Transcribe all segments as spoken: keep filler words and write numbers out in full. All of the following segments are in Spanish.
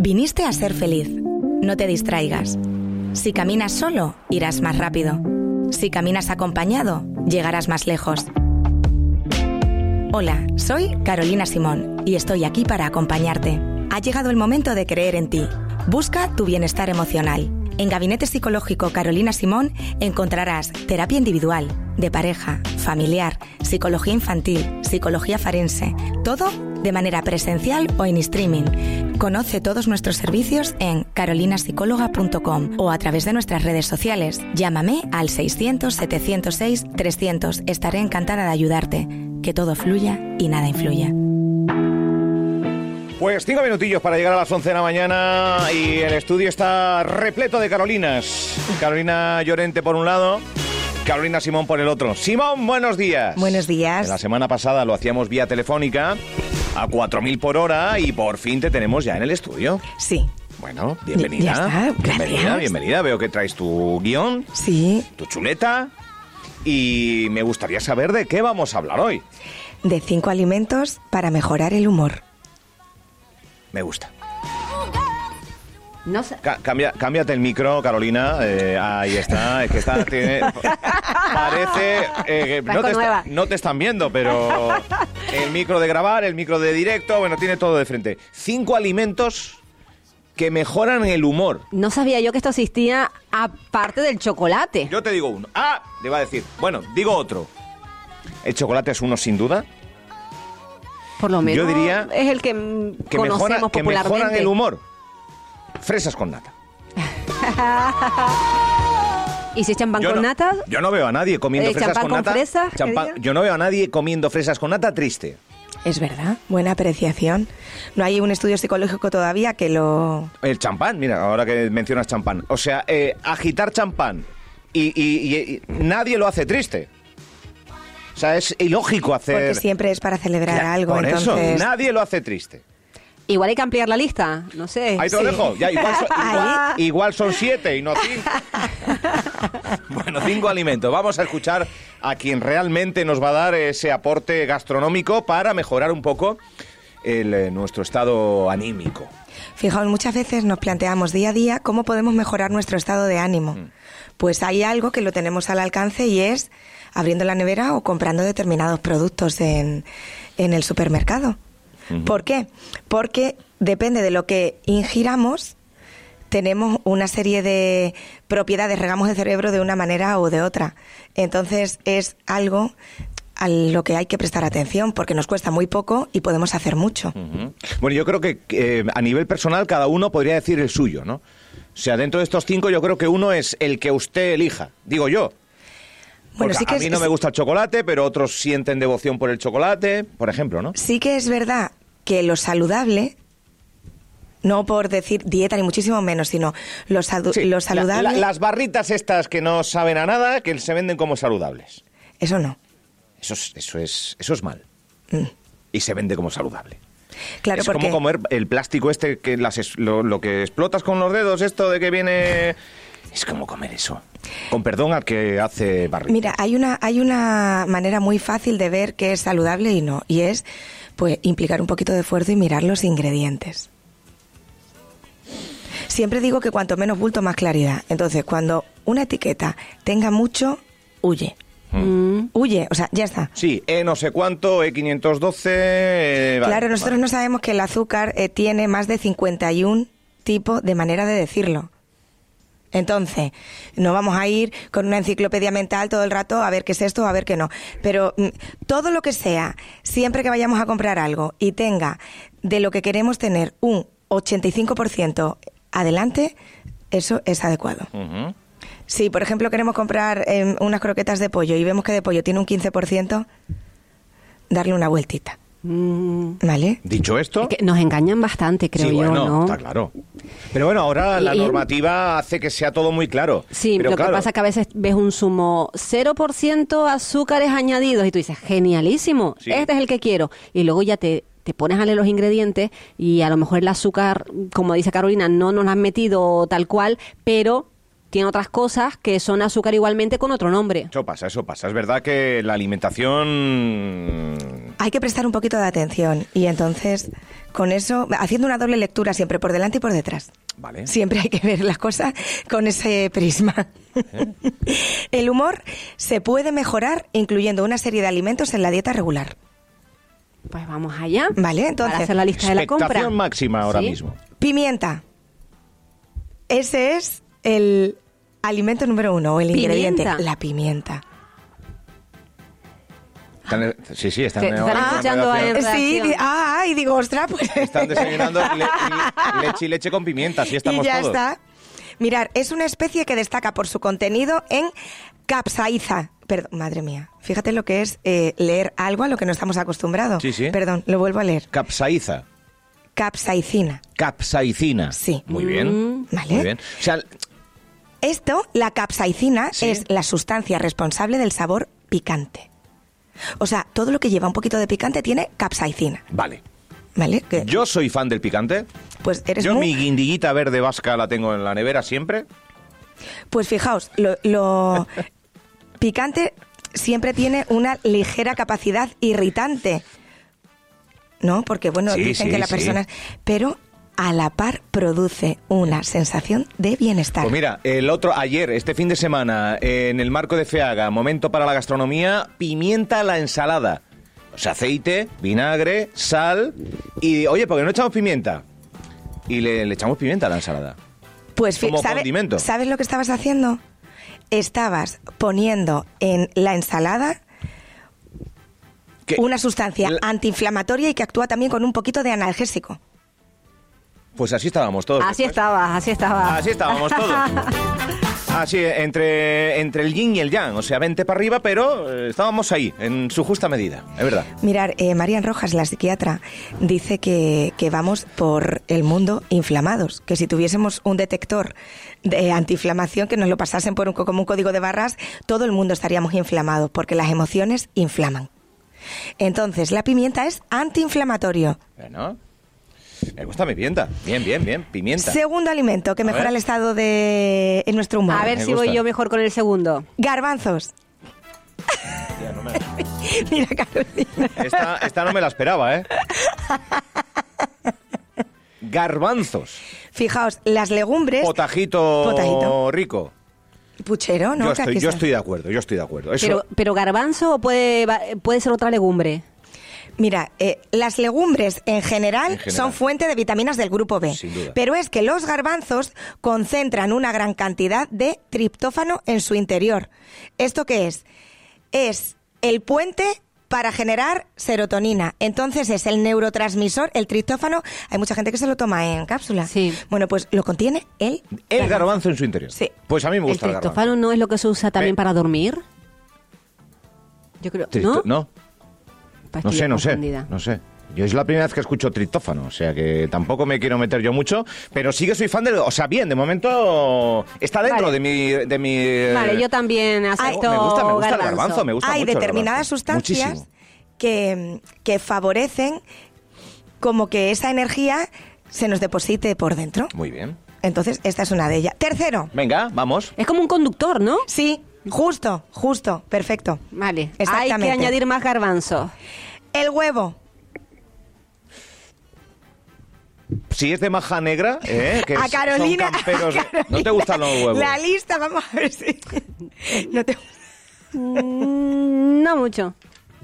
Viniste a ser feliz. No te distraigas. Si caminas solo, irás más rápido. Si caminas acompañado, llegarás más lejos. Hola, soy Carolina Simón y estoy aquí para acompañarte. Ha llegado el momento de creer en ti. Busca tu bienestar emocional. En Gabinete Psicológico Carolina Simón encontrarás terapia individual, de pareja, familiar, psicología infantil, psicología forense, todo de manera presencial o en streaming. Conoce todos nuestros servicios en carolina psicóloga punto com o a través de nuestras redes sociales. Llámame al seiscientos, setecientos seis, trescientos. Estaré encantada de ayudarte. Que todo fluya y nada influya. Pues cinco minutillos para llegar a las once de la mañana y el estudio está repleto de Carolinas. Carolina Llorente por un lado, Carolina Simón por el otro. Simón, buenos días. Buenos días. La semana pasada lo hacíamos vía telefónica a cuatro mil por hora y por fin te tenemos ya en el estudio. Sí. Bueno, bienvenida. Ya está, bienvenida, gracias. bienvenida. Veo que traes tu guión, Sí. tu chuleta y me gustaría saber de qué vamos a hablar hoy. De cinco alimentos para mejorar el humor. Me gusta. No sé. Ca- cambia, cámbiate el micro, Carolina. Eh, ahí está. Es que está. Tiene, parece. Eh, que no, te está- no te están viendo, pero el micro de grabar, el micro de directo, bueno, tiene todo de frente. Cinco alimentos que mejoran el humor. No sabía yo que esto existía aparte del chocolate. Yo te digo uno. Ah, le iba a decir. Bueno, digo otro. El chocolate es uno sin duda. Por lo menos Yo diría es el que, mm, Que, conocemos mejora, que popularmente. mejoran el humor. Fresas con nata. ¿Y si echan pan Yo con no, nata? yo no veo a nadie comiendo Eh, fresas champán con con nata. fresas, Champán- querida. yo no veo a nadie comiendo fresas con nata triste. Es verdad, buena apreciación. No hay un estudio psicológico todavía que lo... El champán, mira, ahora que mencionas champán. O sea, eh, agitar champán y, y- y- y nadie lo hace triste. O sea, es ilógico hacer... Porque siempre es para celebrar Ya, algo, por entonces... eso, nadie lo hace triste. Igual hay que ampliar la lista, no sé. Ahí te lo Sí. dejo. Ya, igual, son, igual, Ahí. igual son siete y no cinco. Bueno, cinco alimentos. Vamos a escuchar a quien realmente nos va a dar ese aporte gastronómico para mejorar un poco el, eh, nuestro estado anímico. Fijaos, muchas veces nos planteamos día a día cómo podemos mejorar nuestro estado de ánimo. Mm. Pues hay algo que lo tenemos al alcance y es abriendo la nevera o comprando determinados productos en, en el supermercado. Ujú. ¿Por qué? Porque depende de lo que ingiramos, tenemos una serie de propiedades, regamos el cerebro de una manera o de otra. Entonces es algo a lo que hay que prestar atención porque nos cuesta muy poco y podemos hacer mucho. Ujú. Bueno, yo creo que eh, a nivel personal cada uno podría decir el suyo, ¿no? O sea, dentro de estos cinco yo creo que uno es el que usted elija, digo yo. Bueno, Porque sí que a mí es- no me gusta el chocolate, pero otros sienten devoción por el chocolate, por ejemplo, ¿no? Sí que es verdad que lo saludable, no por decir dieta ni muchísimo menos, sino lo, sadu- Sí, lo la- saludable, la- las barritas estas que no saben a nada, que se venden como saludables. eso no. Eso es, eso es, eso es mal. Mm. Y se vende como saludable. Claro, es porque como comer el plástico este, que las es- lo, lo que explotas con los dedos, esto de que viene... Es como comer eso. Con perdón al que hace barritas. mira, hay una hay una manera muy fácil de ver qué es saludable y no, y es pues implicar un poquito de esfuerzo y mirar los ingredientes. Siempre digo que cuanto menos bulto, más claridad. Entonces, cuando una etiqueta tenga mucho, huye. Mm. Huye, o sea, ya está. Sí, E no sé cuánto, E quinientos doce... eh, vale, Claro, nosotros vale. no sabemos que el azúcar eh, tiene más de cincuenta y uno tipos de manera de decirlo. Entonces, no vamos a ir con una enciclopedia mental todo el rato a ver qué es esto o a ver qué no. Pero mm, todo lo que sea, siempre que vayamos a comprar algo y tenga de lo que queremos tener un ochenta y cinco por ciento adelante, eso es adecuado. Ujú. Si, por ejemplo, queremos comprar eh, unas croquetas de pollo y vemos que de pollo tiene un quince por ciento, darle una vueltita. Mm. ¿Vale? Dicho esto... Es que nos engañan bastante, creo sí, yo, bueno, ¿no? está claro. Pero bueno, ahora la Y- y- normativa hace que sea todo muy claro. Sí, pero lo claro, que pasa es que a veces ves un zumo cero por ciento azúcares añadidos y tú dices, genialísimo, Sí. este es el que quiero. Y luego ya te, te pones a leer los ingredientes y a lo mejor el azúcar, como dice Carolina, no nos lo han metido tal cual, pero tiene otras cosas que son azúcar igualmente con otro nombre. Eso pasa, eso pasa. Es verdad que la alimentación... Hay que prestar un poquito de atención y entonces con eso, haciendo una doble lectura siempre por delante y por detrás. Vale. Siempre hay que ver las cosas con ese prisma. ¿Eh? El humor se puede mejorar incluyendo una serie de alimentos en la dieta regular. Pues vamos allá. Vale, entonces. Para hacer la lista de la compra. Expectación máxima ahora ¿Sí? mismo. Pimienta. Ese es el alimento número uno, o el ¿Pimienta? ingrediente. La pimienta. Están, sí, sí, están, Te- en- están en escuchando redacción. en- Sí, reacción. di- ah, y digo, ostras, pues. Están desayunando le- y leche y leche con pimienta, así estamos y ya todos. está. Mirar, es una especie que destaca por su contenido en capsaiza. Perdón, madre mía. Fíjate lo que es eh, leer algo a lo que no estamos acostumbrados. Sí, sí. Perdón, lo vuelvo a leer. Capsaiza. Capsaicina. Capsaicina. Sí. Muy bien. Vale. Muy bien. O sea, Esto, la capsaicina, Sí. es la sustancia responsable del sabor picante. O sea, todo lo que lleva un poquito de picante tiene capsaicina. vale. ¿Vale? Que, Yo soy fan del picante. pues eres Yo muy... mi guindiguita verde vasca la tengo en la nevera siempre. Pues fijaos, lo, lo picante siempre tiene una ligera capacidad irritante, ¿no? Porque, bueno, Sí, dicen sí, que la sí. persona... Pero a la par produce una sensación de bienestar. Pues mira, el otro, ayer, este fin de semana, en el marco de FEAGA, Momento para la Gastronomía, pimienta a la ensalada. O sea, aceite, vinagre, sal y, oye, ¿por qué no echamos pimienta? Y le, le echamos pimienta a la ensalada. Pues fi- como ¿sabe- condimento. ¿sabes lo que estabas haciendo? Estabas poniendo en la ensalada Que- una sustancia la- antiinflamatoria y que actúa también con un poquito de analgésico. Pues así estábamos todos. Así después. estaba, así estaba. Así estábamos todos. Así, entre, entre el yin y el yang. O sea, vente para arriba, pero eh, estábamos ahí, en su justa medida. Es verdad. Mirar, eh, Marian Rojas, la psiquiatra, dice que, que vamos por el mundo inflamados, que si tuviésemos un detector de antiinflamación que nos lo pasasen por un, co- como un código de barras, todo el mundo estaríamos inflamados, porque las emociones inflaman. Entonces, la pimienta es antiinflamatorio. Bueno, me gusta mi pimienta. Bien, bien, bien. Pimienta. Segundo alimento que A mejora ver. el estado de en nuestro humor. A ver Me si gusta. voy yo mejor con el segundo. Garbanzos. Ya, no me- Mira, Carolina. Esta, esta no me la esperaba, ¿eh? Garbanzos. Fijaos, las legumbres... Potajito, Potajito. rico. Puchero, ¿no? Yo Que estoy, aquí yo está. estoy de acuerdo, yo estoy de acuerdo. Eso, Pero, pero garbanzo o puede, va- puede ser otra legumbre. Mira, eh, las legumbres en general, En general. son fuente de vitaminas del grupo B. Sin duda. Pero es que los garbanzos concentran una gran cantidad de triptófano en su interior. ¿Esto qué es? Es el puente para generar serotonina. Entonces es el neurotransmisor, el triptófano. Hay mucha gente que se lo toma en cápsula. Sí. Bueno, pues lo contiene el el garbanzo en su interior. Sí. Pues a mí me ¿El gusta el, garbanzo. triptófano no es lo que se usa también Me- para dormir? Yo creo, Tripto- ¿no? No, Pues no estoy sé, no sé, confundida. no sé. Yo es la primera vez que escucho triptófano, o sea que tampoco me quiero meter yo mucho, pero sí que soy fan de... O sea, bien, de momento está dentro Vale. de mi... De mi Vale, yo también acepto me gusta, me gusta el garbanzo. garbanzo, me gusta Hay mucho el determinadas garbanzo. sustancias Muchísimo. que, que favorecen como que esa energía se nos deposite por dentro. Muy bien. Entonces, esta es una de ellas. Tercero. Venga, vamos. Es como un conductor, ¿no? Sí, justo, justo, perfecto. Vale, hay Exactamente. que añadir más garbanzo. El huevo. Si es de maja negra, ¿eh? que a es- Carolina, son camperos... a Carolina. ¿No te gustan los huevos? La lista, vamos a ver si... No te... Mm, no mucho.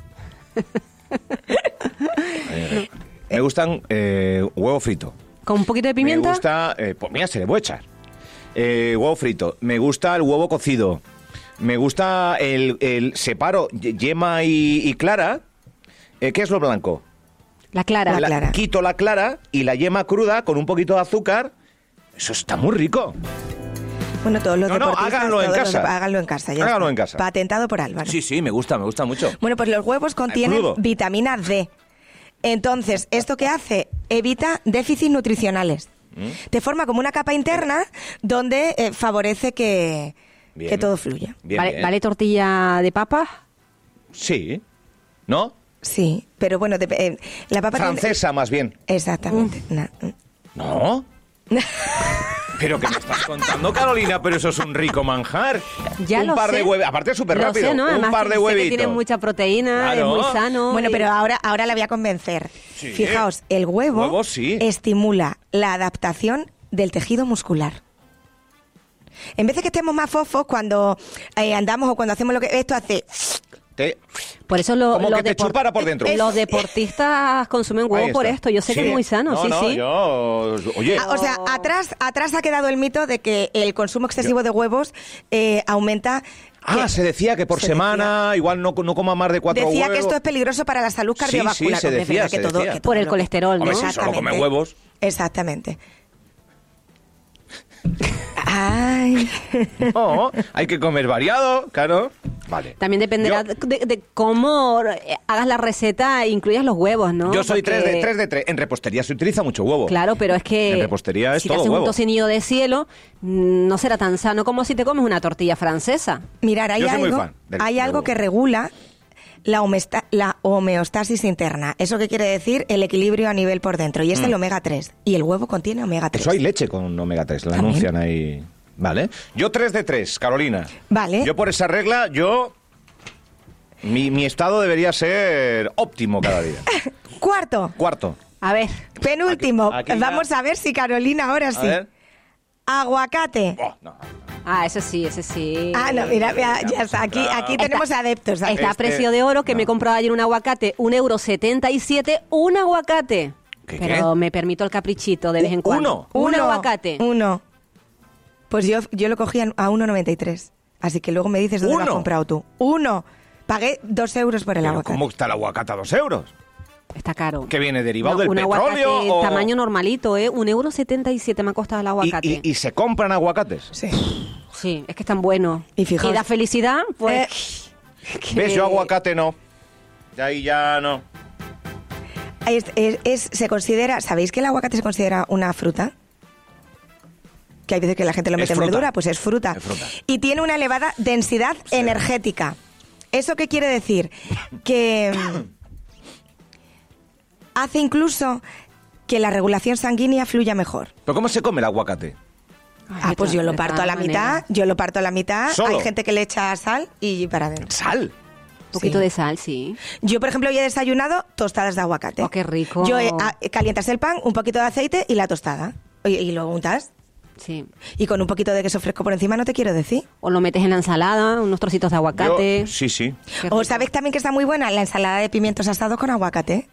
Eh, me gustan eh, huevo frito. ¿Con un poquito de pimienta? Me gusta... eh, pues mira, se le voy a echar. Eh, huevo frito. Me gusta el huevo cocido. Me gusta el... el separo ye- yema y, y clara. Eh, ¿Qué es lo blanco? La clara. La clara. Quito la clara y la yema cruda con un poquito de azúcar. Eso está muy rico. Bueno, todos los No, no, deportistas... háganlo en todos los casa. dep- háganlo en casa. ya Háganlo está. en casa. Patentado por Álvaro. Sí, sí, me gusta, me gusta mucho. Bueno, pues los huevos contienen crudo. vitamina D. Entonces, ¿esto qué hace? Evita déficits nutricionales. ¿Mm? Te forma como una capa interna donde eh, favorece que, Bien. que todo fluya. Bien, ¿Vale, bien. ¿Vale tortilla de papa? Sí. ¿No? Sí, pero bueno, de- eh, la papa... tiene- Francesa, más bien. Exactamente. Na- ¿No? Pero que me estás contando, Carolina, pero eso es un rico manjar. Ya un lo par sé. de huevos, aparte es súper rápido. Lo sé, ¿no? Un Además, par de sé huevitos. que tiene mucha proteína, Claro. es muy sano. Bueno, y- pero ahora, ahora la voy a convencer. Sí. Fijaos, el huevo, Huevo, sí. estimula la adaptación del tejido muscular. En vez de que estemos más fofos cuando eh, andamos o cuando hacemos lo que... Esto hace... Te- Por eso lo- Como los, que te depor- chupara por dentro. los deportistas consumen Ahí huevo por está. esto. Yo sé Sí. que es muy sano, no, sí, no, sí. Yo, oye, Ah, o sea, atrás, atrás ha quedado el mito de que el consumo excesivo de huevos eh, aumenta... ah, que- se decía que por se semana igual no, no coma más de cuatro Decía huevos. que esto es peligroso para la salud Sí, sí, cardiovascular. se Hombre, es decía, verdad que se todo- decía. que Por todo el lo- colesterol, ¿no? Hombre, si solo Exactamente. come huevos. Exactamente. Ay. No, hay que comer variado, claro. Vale. También dependerá Yo- de, de cómo eh, hagas la receta e incluyas los huevos, ¿no? Yo soy Porque- tres de tres de tres. En repostería se utiliza mucho huevo. Claro, pero es que En repostería es si todo te haces huevo. un tocinillo de cielo, mm, no será tan sano como si te comes una tortilla francesa. Mirar, hay Yo soy muy algo, fan del- hay del algo huevo. que regula la, homesta- la homeostasis interna. ¿Eso qué quiere decir? El equilibrio a nivel por dentro. Y es el omega tres. Y el huevo contiene omega tres. Mm. Eso hay leche con omega tres, la También. anuncian ahí. Vale. Yo tres de tres, Carolina. Vale. Yo por esa regla, yo... Mi, mi estado debería ser óptimo cada día. Cuarto, Cuarto. A ver, penúltimo. Aquí- aquí ya- Vamos a ver si Carolina ahora A sí. ver. Aguacate. Oh, no. ah, ese sí, ese sí. Ah, no, mira, mira, ya está. Aquí, aquí Está- tenemos adeptos. Está a Este- precio de oro, que me he no. comprado ayer un aguacate, un euro setenta y siete, un aguacate. ¿Qué, Pero qué? me permito el caprichito de vez en cuando. ¿Uno? Un aguacate. Uno. Pues yo, yo lo cogí a uno noventa y tres. Así que luego me dices dónde lo has ¿Uno? comprado tú. Uno. Pagué dos euros por el Pero aguacate. ¿cómo está el aguacate a dos euros? Está caro. ¿Que viene derivado No, del un petróleo aguacate o...? tamaño normalito, ¿eh? Un euro setenta y siete me ha costado el ¿Y, aguacate. y, y se compran aguacates? Sí. Sí, es que están buenos. Y fijaos- da felicidad, pues... que- ¿Ves? Yo aguacate no. De ahí ya no. Es, es- es- se considera, ¿sabéis que el aguacate se considera una fruta? Que hay veces que la gente lo Es mete en fruta. verdura, pues es fruta. Es fruta. Y tiene una elevada densidad energética. ¿Eso qué quiere decir? Que mm, hace incluso que la regulación sanguínea fluya mejor. ¿Pero cómo se come el aguacate? Ay, Ah, de pues yo todas- lo de parto a la todas mitad, maneras. yo lo parto a la mitad. ¿Solo? Hay gente que le echa sal y para adentro. ¿Sal? Un poquito Sí. de sal, sí. Yo, por ejemplo, hoy he desayunado tostadas de aguacate. Oh, qué rico. Yo eh, a- calientas el pan, un poquito de aceite y la tostada. Y, y lo untas. Sí. Y con un poquito de queso fresco por encima, no te quiero decir. O lo metes en la ensalada, unos trocitos de aguacate. Yo- sí, sí. Qué O rico. sabes también que está muy buena la ensalada de pimientos asados con aguacate.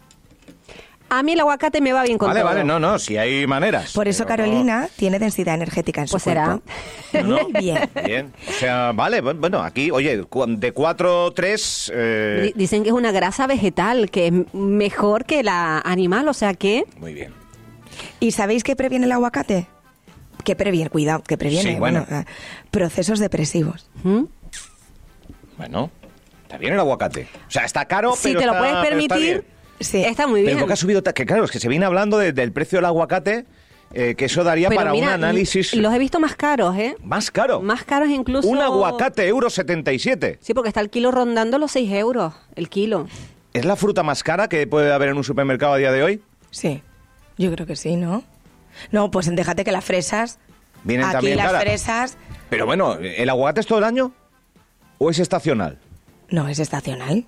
A mí el aguacate me va bien con Vale, todo. vale, no, no, si hay maneras. Por eso pero no- Carolina tiene densidad energética en su Pues será. cuerpo. No, no. Muy bien. Bien. O sea, vale, bu- bueno, aquí, oye, cu- de cuatro, tres... eh, Di- Dicen que es una grasa vegetal, que es mejor que la animal, o sea que... muy bien. ¿Y sabéis qué previene el aguacate? Que previene, cuidado, que previene. Sí, bueno. eh, procesos depresivos. ¿Mm? Bueno, está bien el aguacate. O sea, está caro, Si pero te lo está- puedes pero está permitir, bien. Sí. está muy Pero bien. porque ha subido... ta- Que claro, es que se viene hablando de- del precio del aguacate, eh, que eso daría Pero para mira, un análisis los he visto más caros, ¿eh? más caro. Más caros incluso... Un aguacate, euro setenta y siete. Sí, porque está el kilo rondando los seis euros, el kilo. ¿Es la fruta más cara que puede haber en un supermercado a día de hoy? Sí, yo creo que sí, ¿no? No, pues déjate que las fresas... Vienen aquí también las caras. fresas... Pero bueno, ¿el aguacate es todo el año? ¿O es estacional? No, es estacional.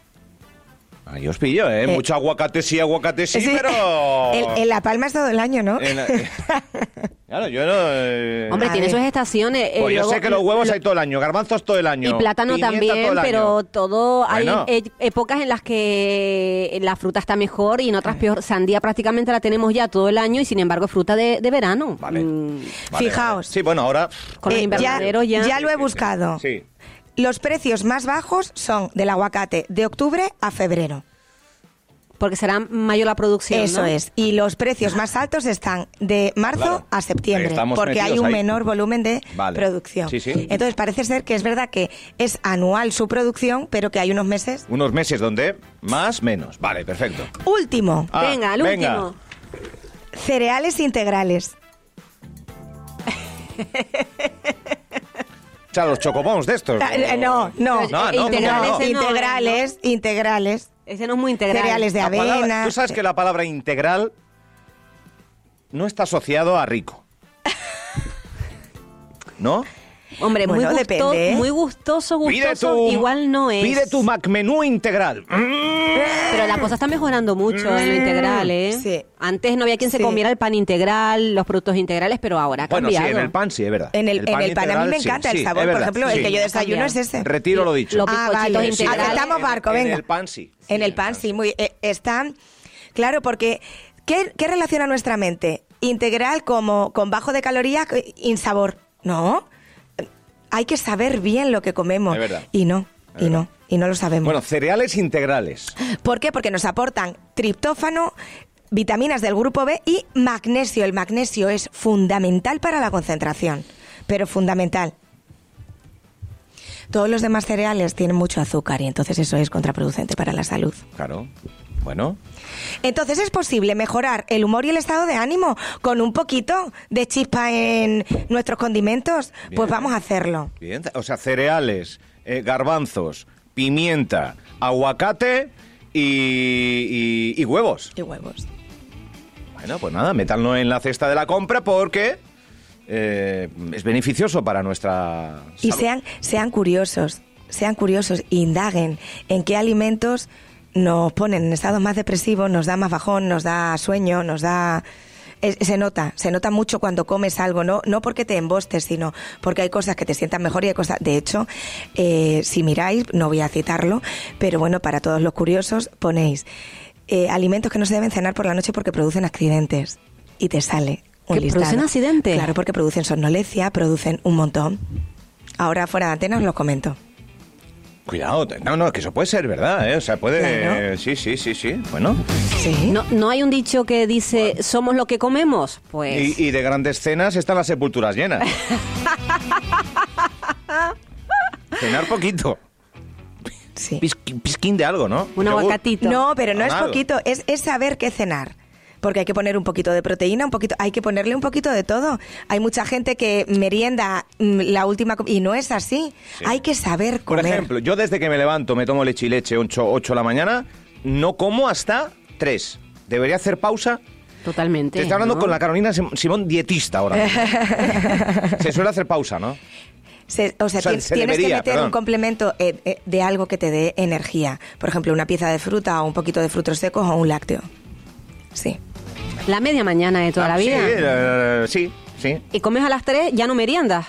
Ahí os pillo, ¿eh? Eh, Mucho aguacate sí, aguacate sí, Sí. pero... En, en La Palma es todo el año, ¿no? En la- Claro, yo no... eh, Hombre, A tiene ver. sus estaciones. eh, Pues yo luego- sé que los huevos lo- hay todo el año, garbanzos todo el año. Y plátano pimienta también, todo el año. pero todo Bueno. hay e- épocas en las que la fruta está mejor y en otras peor. Sandía prácticamente la tenemos ya todo el año y sin embargo es fruta de, de verano. Vale. Mm, Vale, Fijaos. vale. Sí, bueno, ahora... con los Eh, invernaderos ya. ya lo he buscado. Sí. Los precios más bajos son del aguacate de octubre a febrero. Porque será mayor la producción. Eso ¿no? es. Y los precios más altos están de marzo Claro. a septiembre, Estamos porque hay metidos un ahí. menor volumen de Vale. producción. Sí, sí. Entonces parece ser que es verdad que es anual su producción, pero que hay unos meses. Unos meses donde más, menos. Vale, perfecto. Último, Ah, Venga, el venga. último. cereales integrales. O sea, los chocobons de estos. Ah, eh, No, no. No, no, integrales, ¿cómo no? ese no, integrales, integrales. Ese no es muy integral. Cereales de La palabra- avena. Tú sabes que la palabra integral no está asociado a rico. ¿no? Hombre, Bueno, muy, gusto, depende, ¿eh? muy gustoso, gustoso, tu, igual no es. Pide tu McMenú integral. Pero la cosa está mejorando mucho en lo integral, ¿eh? Sí. Antes no había quien se Sí. comiera el pan integral, los productos integrales, pero ahora ha Bueno, cambiado. sí, en el pan sí, es verdad. En el, en el pan a mí me integral, encanta sí, el sí, sabor. es Por verdad, ejemplo, sí. el que yo Ha desayuno cambiado. es ese. Retiro lo dicho. Los Ah, bizcochitos vale. integrales. Aceptamos barco, En venga. el pan sí. En el pan, sí, muy, eh, están, claro, porque ¿qué, ¿qué relaciona nuestra mente? Integral como con bajo de calorías, eh, insabor. No, hay que saber bien lo que comemos. Es verdad. Y no, Es y no, verdad. y no lo sabemos. Bueno, cereales integrales. ¿Por qué? Porque nos aportan triptófano, vitaminas del grupo B y magnesio. El magnesio es fundamental para la concentración, pero fundamental. Todos los demás cereales tienen mucho azúcar y entonces eso es contraproducente para la salud. Claro. Bueno. Entonces es posible mejorar el humor y el estado de ánimo con un poquito de chispa en nuestros condimentos. Bien. Pues vamos a hacerlo. Bien. O sea, cereales, eh, garbanzos, pimienta, aguacate y, y, y huevos. Y huevos. Bueno, pues nada, métanlo en la cesta de la compra porque eh, es beneficioso para nuestra Y salud. sean, sean curiosos, sean curiosos, indaguen en qué alimentos nos ponen en estados más depresivos, nos da más bajón, nos da sueño, nos da... es- se nota, se nota mucho cuando comes algo, no no porque te embostes, sino porque hay cosas que te sientan mejor y hay cosas... De hecho, eh, si miráis, no voy a citarlo, pero bueno, para todos los curiosos, ponéis eh, alimentos que no se deben cenar por la noche porque producen accidentes. Y te sale un ¿Que listado. producen accidentes? Claro, porque producen somnolencia, producen un montón. Ahora, fuera de antena, os lo comento. Cuidado, te- no, no, que eso puede ser verdad, ¿eh? O sea, puede... Claro. Sí, sí, sí, sí, bueno. Sí. ¿No, ¿No hay un dicho que dice, somos lo que comemos? Pues... Y, y de grandes cenas están las sepulturas llenas. Cenar poquito. Sí. Pisqui- Pisquín de algo, ¿no? Un Yogur. aguacatito. No, pero no es Algo. poquito, es, es saber qué cenar. Porque hay que poner un poquito de proteína, un poquito, hay que ponerle un poquito de todo. Hay mucha gente que merienda mm, la última com- y no es así. Sí. Hay que saber Por comer. ejemplo, yo desde que me levanto me tomo leche y leche ocho de la mañana, no como hasta tres. ¿Debería hacer pausa? Totalmente. Te está hablando ¿no? con la Carolina Sim- Simón, dietista ahora mismo. Se suele hacer pausa, ¿no? Se- o sea, O sea, tien- se tienes debería, que meter perdón. un complemento eh, eh, de algo que te dé energía. Por ejemplo, una pieza de fruta o un poquito de frutos secos o un lácteo. Sí. La media mañana de toda Ah, la vida. Sí, eh, sí, sí. Y comes a las tres, ya no meriendas.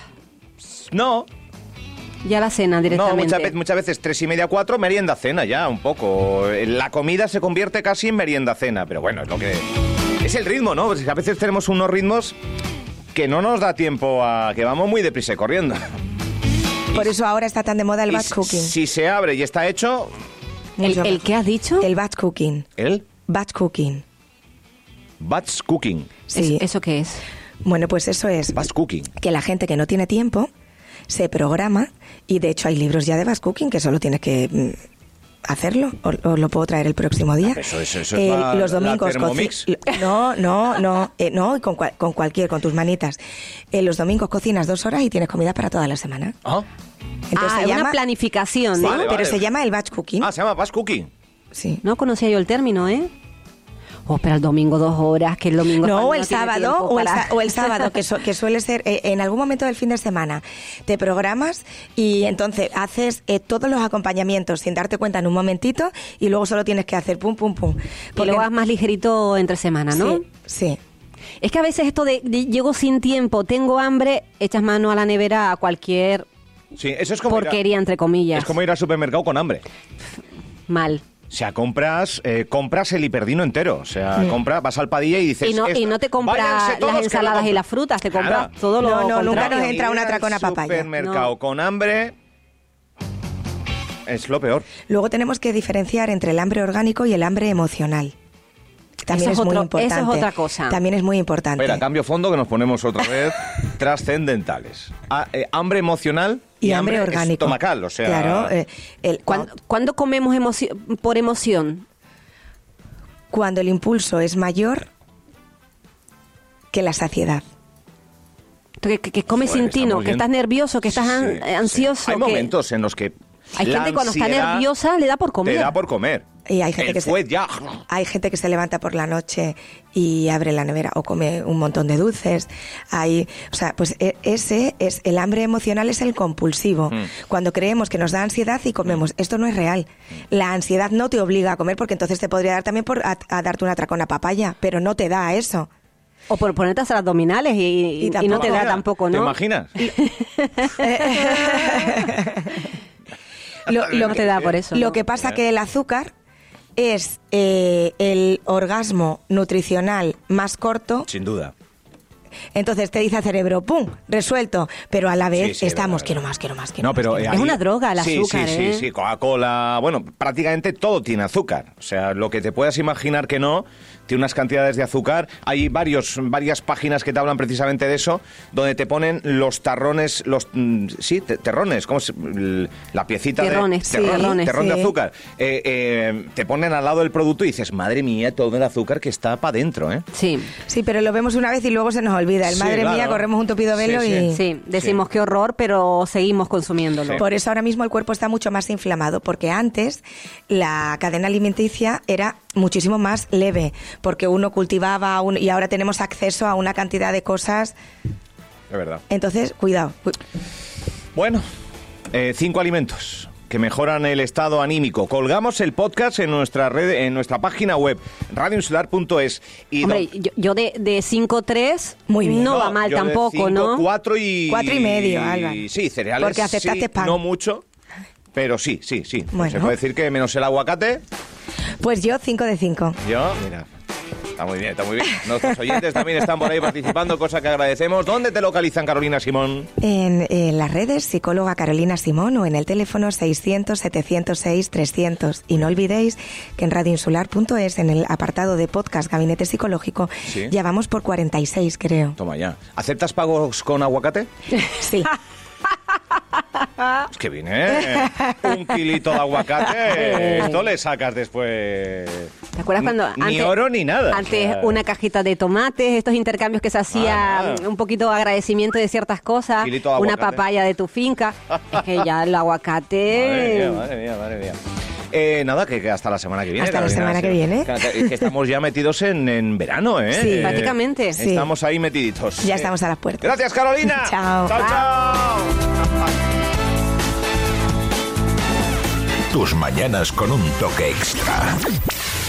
No, Ya la cena no directamente. muchas, veces, muchas veces tres y media, cuatro, merienda cena ya, un poco. La comida se convierte casi en merienda cena, pero bueno, es lo que... Es el ritmo, ¿no? Pues a veces tenemos unos ritmos que no nos da tiempo a... que vamos muy deprisa y corriendo. Por eso ahora está tan de moda el Y batch cooking. Si se abre y está hecho, ¿El, Mucho el más. qué has dicho? El batch cooking. el Batch cooking. batch cooking. Sí. ¿Eso, ¿Eso qué es? Bueno, pues eso es Batch cooking. que la gente que no tiene tiempo se programa y de hecho hay libros ya de batch cooking que solo tienes que mm, hacerlo o, o lo puedo traer el próximo día. Eso, eso, eso Eh, es la- los la domingos coci- Thermomix. no no no eh, no y con, cual- con cualquier con tus manitas. Eh, los domingos cocinas dos horas y tienes comida para toda la semana. Ah, Entonces ah, se es llama una planificación, sí, ¿no? Vale, pero vale. se llama el batch cooking. ah, se llama batch cooking. Sí. No conocía yo el término, ¿eh? Oh, pero el domingo dos horas, que el domingo... es No, cuando o el uno tiene sábado, tiempo o el, para- sa- o el sábado, que, su- que suele ser eh, en algún momento del fin de semana. Te programas y entonces haces eh, todos los acompañamientos sin darte cuenta en un momentito y luego solo tienes que hacer pum, pum, pum. Y lo vas más ligerito entre semana, ¿no? Sí, sí. Es que a veces esto de, de llego sin tiempo, tengo hambre, echas mano a la nevera a cualquier Sí, eso es como ir a- porquería, entre comillas. es como ir al supermercado con hambre. Mal. O sea, compras, eh, compras el hiperdino entero. O sea, compra, vas al Padilla y dices... Y no, y "Esta- no te compras váyanse todos las que ensaladas lo y las compro". frutas, te compras Claro. todo lo No, no, nunca contrario. nos entra una Ir tracona al papaya. supermercado No. con hambre es lo peor. Luego tenemos que diferenciar entre el hambre orgánico y el hambre emocional. También Eso es, es muy otro- importante. eso es otra cosa. También es muy importante. Espera, cambio fondo que nos ponemos otra vez trascendentales. Ah, eh, hambre emocional y, y hambre orgánico. estomacal, o sea... Claro. eh, el, ¿Cuándo, cuándo comemos emocio- por emoción? cuando el impulso es mayor que la saciedad. Que, que- que comes Joder, sin tino, estamos que bien. estás nervioso, que estás an- Sí, sí. ansioso. Hay que- momentos en los que Hay la gente cuando está ansiedad nerviosa le da por comer. Te da por comer. Y hay gente el que fuet se, ya. Hay gente que se levanta por la noche y abre la nevera o come un montón de dulces. Hay, o sea, pues ese es el hambre emocional, es el compulsivo. Mm. Cuando creemos que nos da ansiedad y comemos, esto no es real. La ansiedad no te obliga a comer porque entonces te podría dar también por a, a darte una tracona papaya, pero no te da eso. O por ponerte a hacer abdominales y, y, y, y no te da tampoco, ¿no? ¿Te imaginas? lo, lo no te da por eso. Lo ¿no? que pasa que el azúcar es eh, el orgasmo nutricional más corto. Sin duda. Entonces te dice el cerebro, ¡pum!, resuelto. Pero a la vez sí, sí, estamos, verdad, quiero verdad. más, quiero más, quiero no, pero más. Quiero ahí, es una droga el sí, azúcar, sí, ¿eh? Sí, sí, Coca-Cola, bueno, prácticamente todo tiene azúcar. O sea, lo que te puedas imaginar que no, tiene unas cantidades de azúcar. Hay varios, varias páginas que te hablan precisamente de eso, donde te ponen los tarrones, los, mm, sí, te, terrones, ¿cómo se, la piecita terrones, de... Sí, terrón, terrones, terrón sí. de azúcar. Eh, eh, te ponen al lado del producto y dices, madre mía, todo el azúcar que está para adentro, ¿eh? Sí. Sí, pero lo vemos una vez y luego se nos olvida. El Sí, madre claro. mía, corremos un tupido velo Sí, sí. y... Sí, decimos Sí. qué horror, pero seguimos consumiéndolo. Sí. Por eso ahora mismo el cuerpo está mucho más inflamado, porque antes la cadena alimenticia era muchísimo más leve, porque uno cultivaba un, y ahora tenemos acceso a una cantidad de cosas. Es verdad. Entonces, cuidado. Bueno, eh, cinco alimentos que mejoran el estado anímico. Colgamos el podcast en nuestra red, en nuestra página web, radio insular punto es. Y Hombre, do- yo, yo de, de cinco tres Muy bien. no, va mal yo de tampoco, cinco, ¿no? Cuatro y... Cuatro y medio, Álvaro. Sí, cereales, Porque aceptaste sí, pan. no mucho, pero sí, sí, sí. Bueno. Se puede decir que menos el aguacate, Pues yo, cinco de cinco. yo, mira... Está muy bien, está muy bien. Nuestros oyentes también están por ahí participando, cosa que agradecemos. ¿Dónde te localizan, Carolina Simón? En, en las redes, psicóloga Carolina Simón, o en el teléfono seiscientos, setecientos seis, trescientos. Y no olvidéis que en radio insular punto es, en el apartado de podcast Gabinete Psicológico, Sí. ya vamos por cuarenta y seis, creo. Toma ya. ¿Aceptas pagos con aguacate? Sí. Es que viene un kilito de aguacate. Esto le sacas después... ¿Te acuerdas cuando Ni antes, oro ni nada. Antes O sea, una cajita de tomates, estos intercambios que se hacía, Ah, un poquito de agradecimiento de ciertas cosas, Kilito de una aguacate. papaya de tu finca, es que ya el aguacate... Madre mía, madre mía, madre mía. Eh, nada, que, que hasta la semana que viene. Hasta la Carolina, semana que sí. viene. Que, que estamos ya metidos en, en verano, ¿eh? Sí. Eh, Prácticamente. Sí. Estamos ahí metiditos. Ya Eh, estamos a las puertas. Gracias, Carolina. Chao. Chao, chao. Tus mañanas con un toque extra.